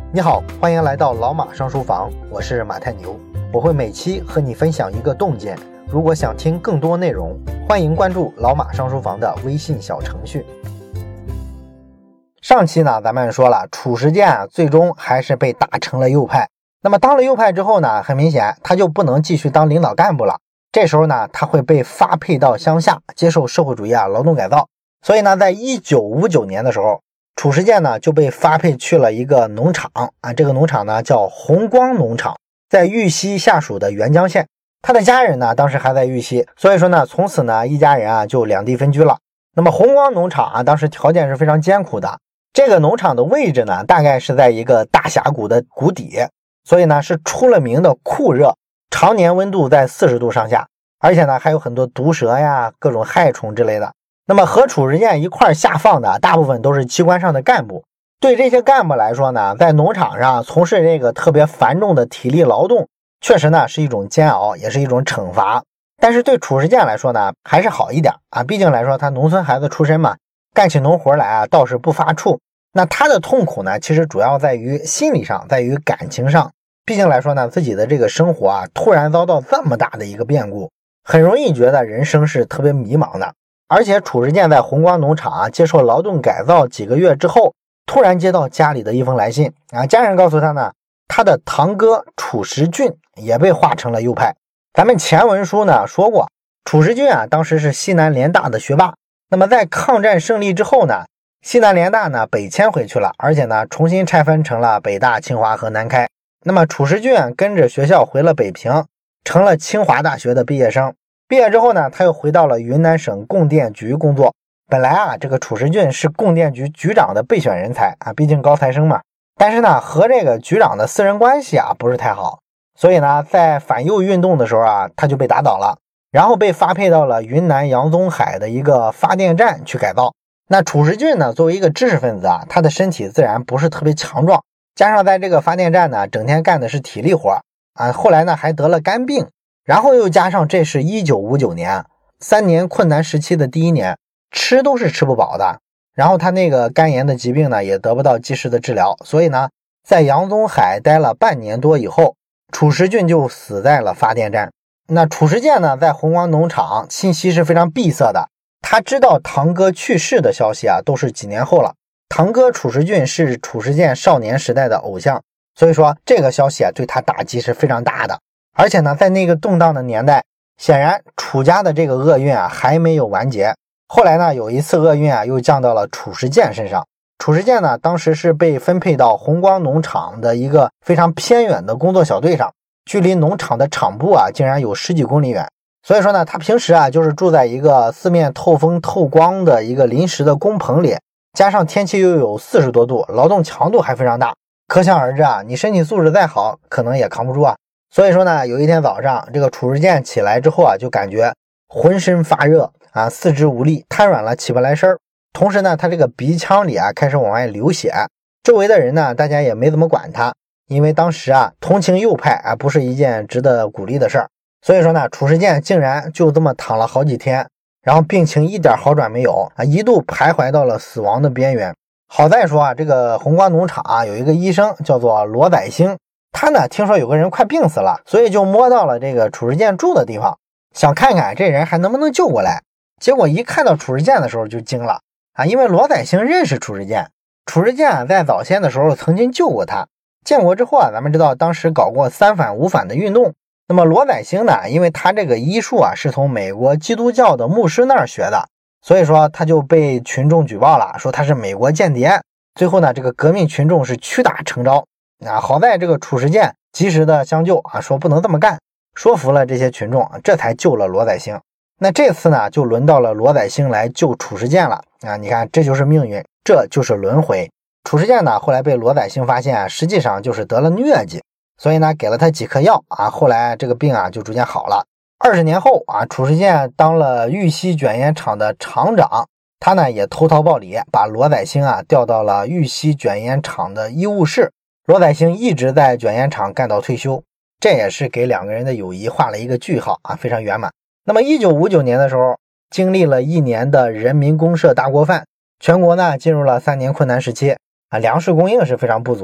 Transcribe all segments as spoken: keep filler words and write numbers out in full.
你好，欢迎来到老马上书房，我是马太牛，我会每期和你分享一个洞见。如果想听更多内容，欢迎关注老马上书房的微信小程序。上期呢，咱们说了，褚时健啊，最终还是被打成了右派。那么当了右派之后呢，很明显他就不能继续当领导干部了。这时候呢，他会被发配到乡下接受社会主义啊劳动改造。所以呢，在一九五九年的时候，褚时健呢就被发配去了一个农场啊，这个农场呢叫红光农场，在玉溪下属的沅江县。他的家人呢当时还在玉溪，所以说呢，从此呢一家人啊就两地分居了。那么红光农场啊，当时条件是非常艰苦的。这个农场的位置呢，大概是在一个大峡谷的谷底，所以呢是出了名的酷热，常年温度在四十度上下，而且呢还有很多毒蛇呀、各种害虫之类的。那么和褚时健一块下放的大部分都是机关上的干部。对这些干部来说呢，在农场上从事这个特别繁重的体力劳动，确实呢是一种煎熬，也是一种惩罚。但是对褚时健来说呢，还是好一点啊，毕竟来说他农村孩子出身嘛，干起农活来啊倒是不发怵。那他的痛苦呢，其实主要在于心理上，在于感情上。毕竟来说呢，自己的这个生活啊，突然遭到这么大的一个变故，很容易觉得人生是特别迷茫的。而且褚时健在红光农场啊接受劳动改造几个月之后，突然接到家里的一封来信啊，家人告诉他呢，他的堂哥褚时俊也被划成了右派。咱们前文书呢说过，褚时俊啊当时是西南联大的学霸。那么在抗战胜利之后呢，西南联大呢北迁回去了，而且呢重新拆分成了北大、清华和南开。那么褚时俊跟着学校回了北平，成了清华大学的毕业生。毕业之后呢，他又回到了云南省供电局工作。本来啊，这个褚时俊是供电局局长的备选人才啊，毕竟高材生嘛。但是呢，和这个局长的私人关系啊不是太好，所以呢，在反右运动的时候啊，他就被打倒了，然后被发配到了云南扬宗海的一个发电站去改造。那褚时俊呢，作为一个知识分子啊，他的身体自然不是特别强壮，加上在这个发电站呢，整天干的是体力活啊，后来呢还得了肝病。然后又加上这是一九五九年，三年困难时期的第一年，吃都是吃不饱的。然后他那个肝炎的疾病呢，也得不到及时的治疗，所以呢，在扬宗海待了半年多以后，褚时俊就死在了发电站。那褚时健呢，在红光农场信息是非常闭塞的，他知道堂哥去世的消息啊，都是几年后了。堂哥褚时俊是褚时健少年时代的偶像，所以说这个消息啊，对他打击是非常大的。而且呢，在那个动荡的年代，显然褚家的这个厄运啊还没有完结。后来呢，有一次厄运啊又降到了褚时健身上。褚时健呢，当时是被分配到红光农场的一个非常偏远的工作小队上，距离农场的场部啊竟然有十几公里远。所以说呢，他平时啊就是住在一个四面透风透光的一个临时的工棚里，加上天气又有四十多度，劳动强度还非常大，可想而知啊，你身体素质再好，可能也扛不住啊。所以说呢，有一天早上，这个褚时健起来之后啊，就感觉浑身发热啊，四肢无力，瘫软了，起不来身儿。同时呢，他这个鼻腔里啊开始往外流血。周围的人呢，大家也没怎么管他，因为当时啊，同情右派啊不是一件值得鼓励的事儿。所以说呢，褚时健竟然就这么躺了好几天，然后病情一点好转没有啊，一度徘徊到了死亡的边缘。好在说啊，这个红光农场啊有一个医生叫做罗载星。他呢听说有个人快病死了，所以就摸到了这个褚时健住的地方，想看看这人还能不能救过来。结果一看到褚时健的时候就惊了啊，因为罗载星认识褚时健，褚时健在早先的时候曾经救过他。建国之后啊，咱们知道当时搞过三反五反的运动。那么罗载星呢，因为他这个医术啊是从美国基督教的牧师那儿学的，所以说他就被群众举报了，说他是美国间谍。最后呢，这个革命群众是屈打成招。啊，好在这个褚时健及时的相救啊，说不能这么干，说服了这些群众，这才救了罗载星。那这次呢，就轮到了罗载星来救褚时健了啊！你看，这就是命运，这就是轮回。褚时健呢，后来被罗载星发现啊，实际上就是得了疟疾，所以呢，给了他几颗药啊，后来这个病啊就逐渐好了。二十年后啊，褚时健当了玉溪卷烟厂的厂长，他呢也投桃报李，把罗载星啊调到了玉溪卷烟厂的医务室。罗载星一直在卷烟厂干到退休，这也是给两个人的友谊画了一个句号啊，非常圆满。那么一九五九年的时候，经历了一年的人民公社大锅饭，全国呢进入了三年困难时期啊，粮食供应是非常不足的。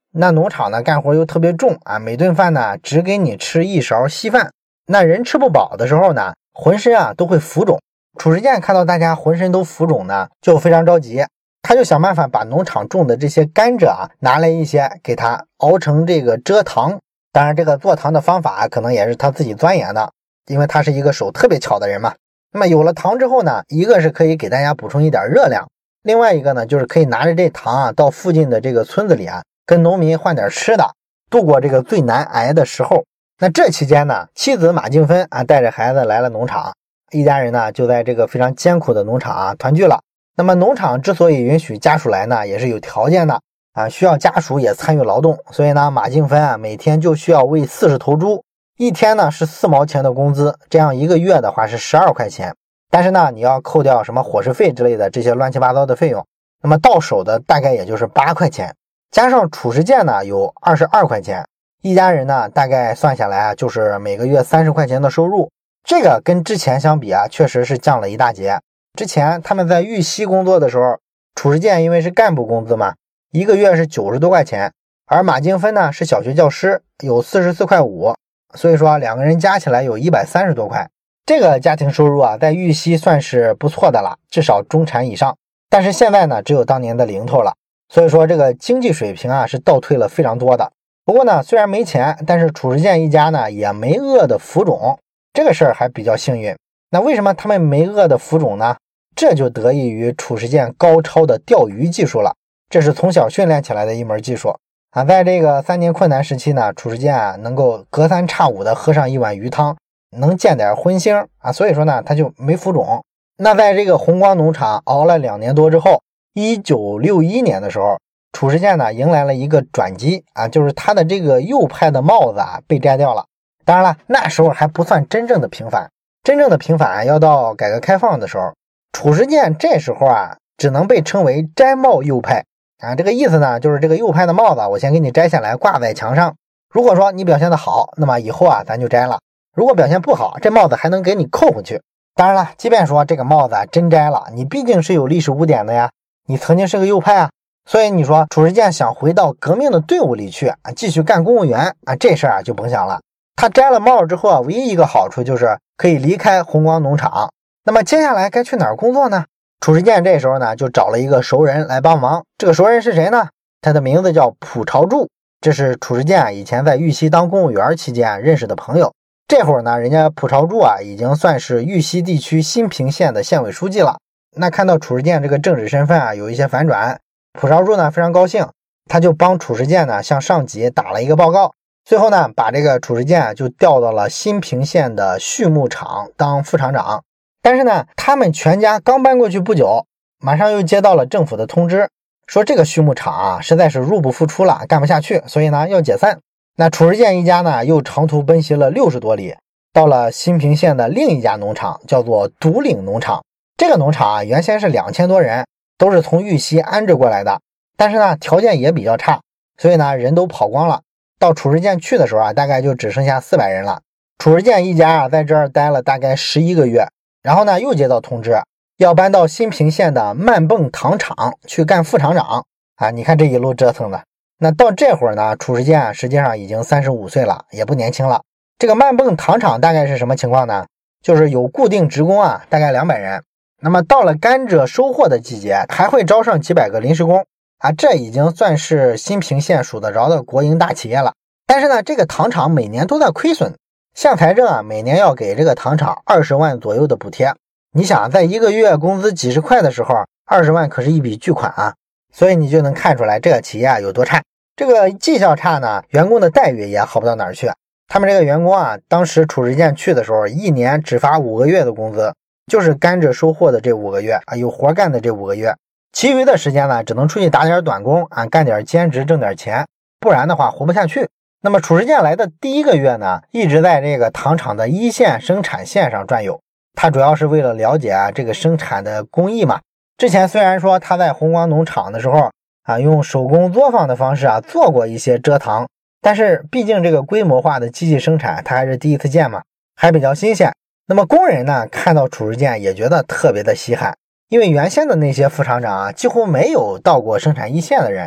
那农场呢干活又特别重啊，每顿饭呢只给你吃一勺稀饭，那人吃不饱的时候呢，浑身啊都会浮肿。褚时健看到大家浑身都浮肿呢，就非常着急，他就想办法把农场种的这些甘蔗啊拿来一些给他熬成这个蔗糖。当然这个做糖的方法可能也是他自己钻研的，因为他是一个手特别巧的人嘛。那么有了糖之后呢，一个是可以给大家补充一点热量，另外一个呢就是可以拿着这糖啊到附近的这个村子里啊跟农民换点吃的，度过这个最难挨的时候。那这期间呢，妻子马静芬啊带着孩子来了农场，一家人呢就在这个非常艰苦的农场啊团聚了。那么农场之所以允许家属来呢，也是有条件的啊，需要家属也参与劳动。所以呢，马静芬啊每天就需要喂四十头猪，一天呢是四毛钱的工资，这样一个月的话是十二块钱。但是呢，你要扣掉什么伙食费之类的这些乱七八糟的费用，那么到手的大概也就是八块钱，加上褚时健呢有二十二块钱，一家人呢大概算下来啊就是每个月三十块钱的收入。这个跟之前相比啊确实是降了一大截。之前他们在玉溪工作的时候，褚时健因为是干部工资嘛，一个月是九十多块钱，而马静芬呢是小学教师，有四十四块五，所以说两个人加起来有一百三十多块。这个家庭收入啊在玉溪算是不错的了，至少中产以上。但是现在呢只有当年的零头了，所以说这个经济水平啊是倒退了非常多的。不过呢虽然没钱，但是褚时健一家呢也没饿的浮肿，这个事儿还比较幸运。那为什么他们没饿的浮肿呢？这就得益于褚时健高超的钓鱼技术了，这是从小训练起来的一门技术啊。在这个三年困难时期呢，褚时健啊能够隔三差五的喝上一碗鱼汤，能见点荤腥啊，所以说呢他就没浮肿。那在这个红光农场熬了两年多之后，一九六一年的时候，褚时健呢迎来了一个转机啊，就是他的这个右派的帽子啊被摘掉了。当然了，那时候还不算真正的平反，真正的平反要到改革开放的时候，褚时健这时候啊只能被称为摘帽右派啊。这个意思呢就是这个右派的帽子我先给你摘下来挂在墙上，如果说你表现的好，那么以后啊咱就摘了，如果表现不好，这帽子还能给你扣回去。当然了，即便说这个帽子啊真摘了，你毕竟是有历史污点的呀，你曾经是个右派啊，所以你说褚时健想回到革命的队伍里去啊，继续干公务员啊，这事儿啊就甭想了。他摘了帽之后啊，唯一一个好处就是可以离开红光农场。那么接下来该去哪儿工作呢？褚时健这时候呢就找了一个熟人来帮忙。这个熟人是谁呢？他的名字叫蒲朝柱，这是褚时健以前在玉溪当公务员期间认识的朋友。这会儿呢，人家蒲朝柱啊已经算是玉溪地区新平县的县委书记了。那看到褚时健这个政治身份啊有一些反转，蒲朝柱呢非常高兴，他就帮褚时健呢向上级打了一个报告。最后呢，把这个褚时健就调到了新平县的畜牧场当副厂长。但是呢，他们全家刚搬过去不久，马上又接到了政府的通知，说这个畜牧场啊实在是入不敷出了，干不下去，所以呢要解散。那褚时健一家呢又长途奔袭了六十多里，到了新平县的另一家农场，叫做独岭农场。这个农场啊原先是两千多人，都是从玉溪安置过来的，但是呢条件也比较差，所以呢人都跑光了。到褚时健去的时候啊，大概就只剩下四百人了。褚时健一家啊在这儿待了大概十一个月，然后呢又接到通知，要搬到新平县的慢泵糖厂去干副厂长啊。你看这一路折腾的。那到这会儿呢，褚时健实际上已经三十五岁了，也不年轻了。这个慢泵糖厂大概是什么情况呢？就是有固定职工啊，大概两百人。那么到了甘蔗收获的季节，还会招上几百个临时工啊，这已经算是新平县数得着的国营大企业了。但是呢，这个糖厂每年都在亏损，县财政啊每年要给这个糖厂二十万左右的补贴。你想在一个月工资几十块的时候，二十万可是一笔巨款啊，所以你就能看出来这个企业啊有多差。这个绩效差呢，员工的待遇也好不到哪儿去。他们这个员工啊，当时褚时健去的时候，一年只发五个月的工资，就是甘蔗收获的这五个月啊，有活干的这五个月，其余的时间呢，只能出去打点短工啊，干点兼职挣点钱，不然的话活不下去。那么褚时健来的第一个月呢，一直在这个糖厂的一线生产线上转悠，他主要是为了了解啊这个生产的工艺嘛。之前虽然说他在红光农场的时候啊，用手工作坊的方式啊做过一些蔗糖，但是毕竟这个规模化的机器生产他还是第一次见嘛，还比较新鲜。那么工人呢看到褚时健也觉得特别的稀罕，因为原先的那些副厂长啊几乎没有到过生产一线的人，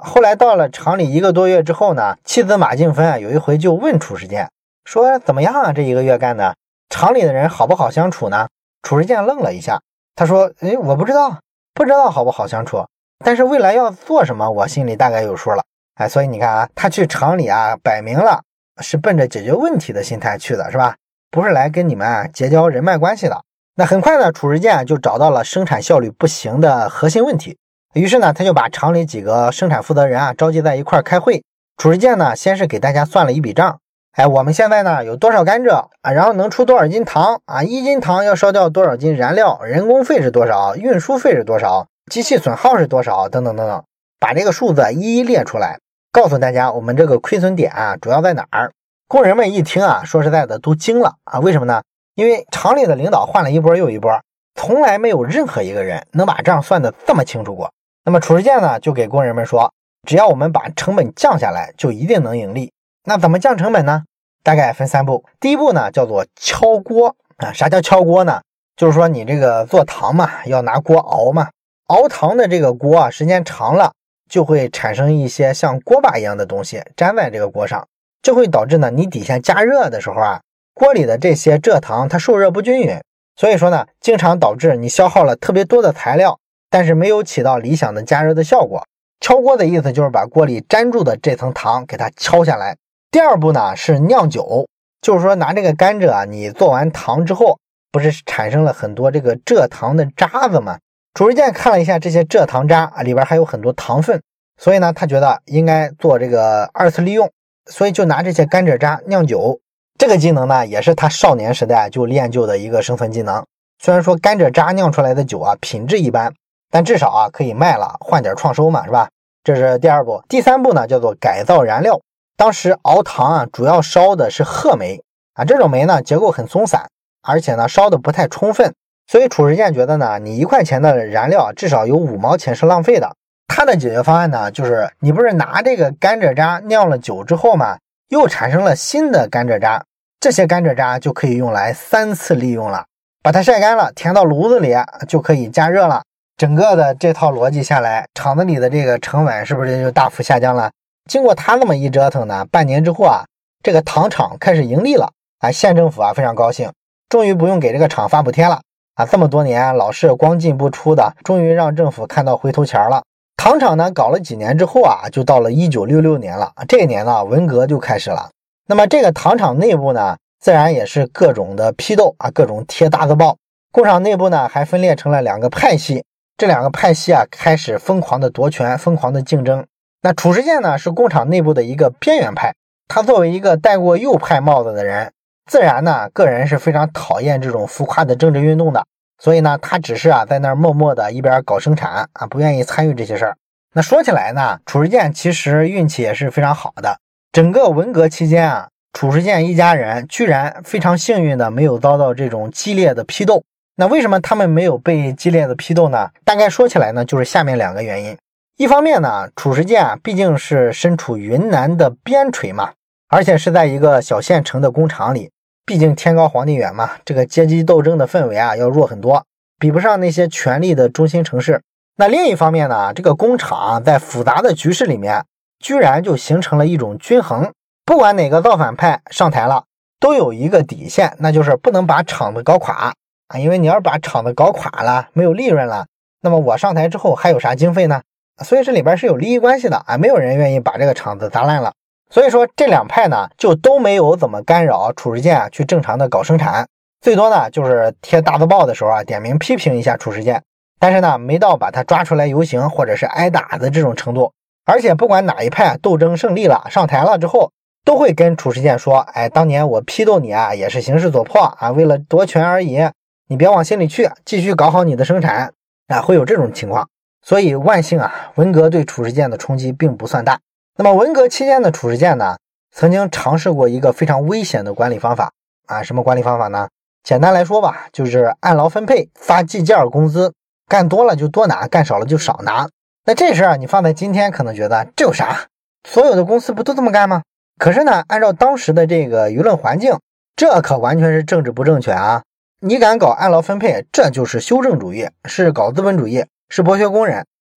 后来到了厂里一个多月之后呢，妻子马静芬啊有一回就问褚时健说怎么样啊，这一个月干的，厂里的人好不好相处呢？褚时健愣了一下，他说诶，我不知道，不知道好不好相处，但是未来要做什么我心里大概有数了。哎，所以你看啊，他去厂里啊摆明了是奔着解决问题的心态去的，是吧？不是来跟你们啊结交人脉关系的。那很快呢，褚时健就找到了生产效率不行的核心问题，于是呢他就把厂里几个生产负责人啊召集在一块开会。褚时健呢先是给大家算了一笔账，哎，我们现在呢有多少甘蔗啊，然后能出多少斤糖啊，一斤糖要烧掉多少斤燃料，人工费是多少，运输费是多少，机器损耗是多少，等等等等，把这个数字一一列出来，告诉大家我们这个亏损点啊主要在哪儿。工人们一听啊，说实在的都惊了啊，为什么呢？因为厂里的领导换了一波又一波，从来没有任何一个人能把账算得这么清楚过。那么褚时健呢就给工人们说，只要我们把成本降下来就一定能盈利。那怎么降成本呢？大概分三步。第一步呢叫做敲锅啊，啥叫敲锅呢？就是说你这个做糖嘛，要拿锅熬嘛，熬糖的这个锅啊时间长了就会产生一些像锅巴一样的东西粘在这个锅上，这会导致呢你底下加热的时候啊，锅里的这些蔗糖它受热不均匀，所以说呢经常导致你消耗了特别多的材料，但是没有起到理想的加热的效果。敲锅的意思就是把锅里粘住的这层糖给它敲下来。第二步呢是酿酒，就是说拿这个甘蔗啊，你做完糖之后不是产生了很多这个蔗糖的渣子吗？褚时健看了一下这些蔗糖渣啊，里边还有很多糖分，所以呢他觉得应该做这个二次利用，所以就拿这些甘蔗渣酿酒。这个技能呢也是他少年时代就练就的一个生存技能。虽然说甘蔗渣酿出来的酒啊品质一般，但至少啊可以卖了换点创收嘛，是吧？这是第二步。第三步呢叫做改造燃料。当时熬糖啊主要烧的是褐煤啊，这种煤呢结构很松散，而且呢烧的不太充分，所以褚时健觉得呢你一块钱的燃料至少有五毛钱是浪费的。他的解决方案呢就是你不是拿这个甘蔗渣酿了酒之后嘛，又产生了新的甘蔗渣，这些甘蔗渣就可以用来三次利用了，把它晒干了填到炉子里就可以加热了。整个的这套逻辑下来，厂子里的这个成本是不是就大幅下降了？经过他那么一折腾呢，半年之后啊，这个糖厂开始盈利了啊，县政府啊非常高兴，终于不用给这个厂发补贴了啊，这么多年老是光进不出的，终于让政府看到回头钱了。糖厂呢搞了几年之后啊，就到了一九六六年了，这一年呢文革就开始了。那么这个糖厂内部呢，自然也是各种的批斗啊，各种贴大字报。工厂内部呢还分裂成了两个派系，这两个派系啊开始疯狂的夺权，疯狂的竞争。那褚时健呢是工厂内部的一个边缘派，他作为一个戴过右派帽子的人，自然呢个人是非常讨厌这种浮夸的政治运动的，所以呢他只是啊在那儿默默的一边搞生产啊，不愿意参与这些事儿。那说起来呢，褚时健其实运气也是非常好的，整个文革期间啊，褚时健一家人居然非常幸运的没有遭到这种激烈的批斗。那为什么他们没有被激烈的批斗呢？大概说起来呢就是下面两个原因。一方面呢，褚时健啊毕竟是身处云南的边陲嘛，而且是在一个小县城的工厂里，毕竟天高皇帝远嘛，这个阶级斗争的氛围啊要弱很多，比不上那些权力的中心城市。那另一方面呢，这个工厂在复杂的局势里面居然就形成了一种均衡，不管哪个造反派上台了都有一个底线，那就是不能把厂子搞垮啊，因为你要是把厂子搞垮了，没有利润了，那么我上台之后还有啥经费呢？所以这里边是有利益关系的啊，没有人愿意把这个厂子砸烂了。所以说这两派呢就都没有怎么干扰褚时健啊去正常的搞生产，最多呢就是贴大字报的时候啊点名批评一下褚时健，但是呢没到把他抓出来游行或者是挨打的这种程度。而且不管哪一派斗争胜利了上台了之后，都会跟褚时健说，哎，当年我批斗你啊也是形势所迫啊，为了夺权而已，你别往心里去，继续搞好你的生产啊，会有这种情况。所以万幸啊，文革对褚时健的冲击并不算大。那么文革期间的褚时健呢，曾经尝试过一个非常危险的管理方法啊，什么管理方法呢？简单来说吧，就是按劳分配，发计件工资，干多了就多拿，干少了就少拿。那这事儿你放在今天可能觉得这有啥？所有的公司不都这么干吗？可是呢，按照当时的这个舆论环境，这可完全是政治不正确啊！你敢搞按劳分配，这就是修正主义，是搞资本主义，是剥削工人。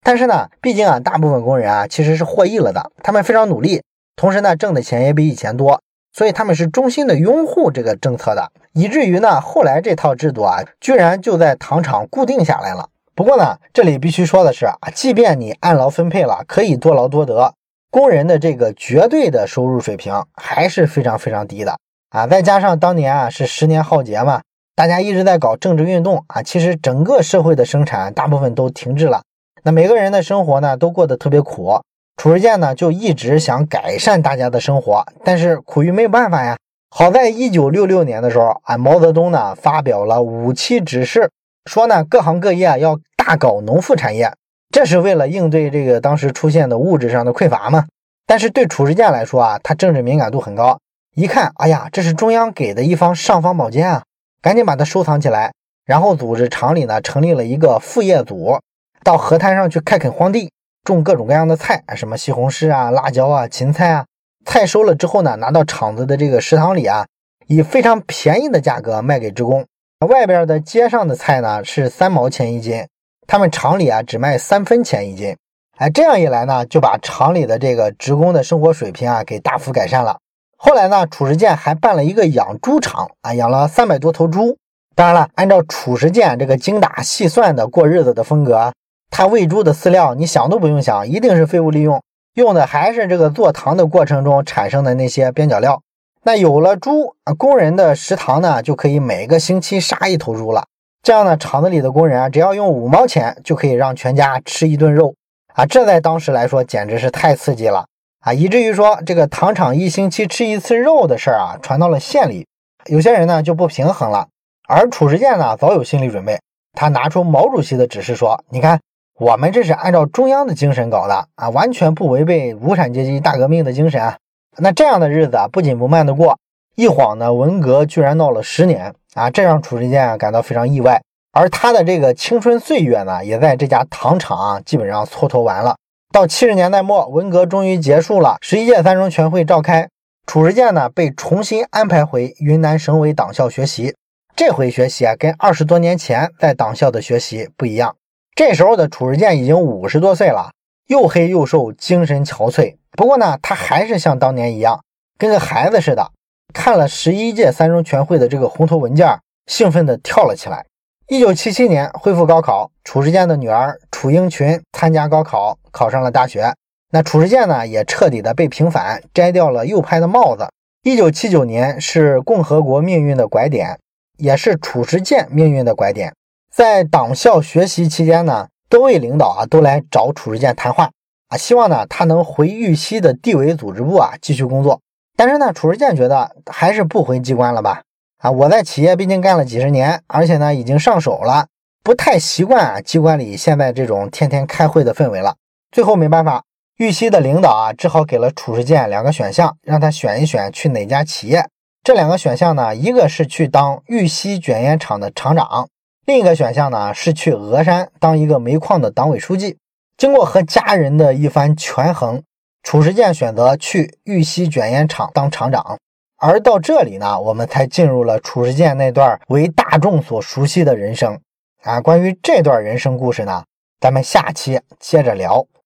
但是呢，毕竟啊，大部分工人啊其实是获益了的，他们非常努力，同时呢，挣的钱也比以前多，所以他们是衷心的拥护这个政策的，以至于呢，后来这套制度啊，居然就在糖厂固定下来了。不过呢，这里必须说的是啊，即便你按劳分配了，可以多劳多得，工人的这个绝对的收入水平还是非常非常低的啊。再加上当年啊是十年浩劫嘛，大家一直在搞政治运动啊，其实整个社会的生产大部分都停滞了，那每个人的生活呢都过得特别苦。褚时健呢就一直想改善大家的生活，但是苦于没有办法呀。好在一九六六年的时候啊，毛泽东呢发表了五七指示，说呢各行各业啊要大搞农副产业，这是为了应对这个当时出现的物质上的匮乏嘛。但是对褚时健来说啊，他政治敏感度很高，一看哎呀，这是中央给的一方尚方宝剑啊，赶紧把它收藏起来，然后组织厂里呢成立了一个副业组，到河滩上去开垦荒地，种各种各样的菜，什么西红柿啊、辣椒啊、芹菜啊，菜收了之后呢，拿到厂子的这个食堂里啊，以非常便宜的价格卖给职工。外边的街上的菜呢是三毛钱一斤，他们厂里啊只卖三分钱一斤。哎，这样一来呢，就把厂里的这个职工的生活水平啊给大幅改善了。后来呢，褚时健还办了一个养猪场啊，养了三百多头猪。当然了，按照褚时健这个精打细算的过日子的风格，他喂猪的饲料你想都不用想，一定是废物利用，用的还是这个做糖的过程中产生的那些边角料。那有了猪，工人的食堂呢就可以每个星期杀一头猪了。这样呢，厂子里的工人啊，只要用五毛钱就可以让全家吃一顿肉啊，这在当时来说简直是太刺激了啊！以至于说这个糖厂一星期吃一次肉的事儿啊，传到了县里，有些人呢就不平衡了。而褚时健呢早有心理准备，他拿出毛主席的指示说，你看我们这是按照中央的精神搞的啊，完全不违背无产阶级大革命的精神啊。那这样的日子啊，不紧不慢的过，一晃呢，文革居然闹了十年啊，这让褚时健啊感到非常意外。而他的这个青春岁月呢，也在这家糖厂啊基本上蹉跎完了。到七十年代末，文革终于结束了，十一届三中全会召开，褚时健呢被重新安排回云南省委党校学习。这回学习啊，跟二十多年前在党校的学习不一样。这时候的褚时健已经五十多岁了，又黑又瘦，精神憔悴。不过呢，他还是像当年一样，跟个孩子似的，看了十一届三中全会的这个红头文件，兴奋地跳了起来。一九七七年恢复高考，褚时健的女儿褚英群参加高考，考上了大学。那褚时健呢，也彻底的被平反，摘掉了右派的帽子。一九七九年是共和国命运的拐点，也是褚时健命运的拐点。在党校学习期间呢，多位领导啊都来找褚时健谈话啊，希望呢他能回豫西的地委组织部啊继续工作。但是呢，褚时健觉得还是不回机关了吧。啊，我在企业毕竟干了几十年，而且呢已经上手了，不太习惯啊机关里现在这种天天开会的氛围了。最后没办法，豫西的领导啊只好给了褚时健两个选项，让他选一选去哪家企业。这两个选项呢，一个是去当豫西卷烟厂的厂长，另一个选项呢是去峨山当一个煤矿的党委书记。经过和家人的一番权衡，褚时健选择去豫西卷烟厂当厂长。而到这里呢，我们才进入了褚时健那段为大众所熟悉的人生啊。关于这段人生故事呢，咱们下期接着聊。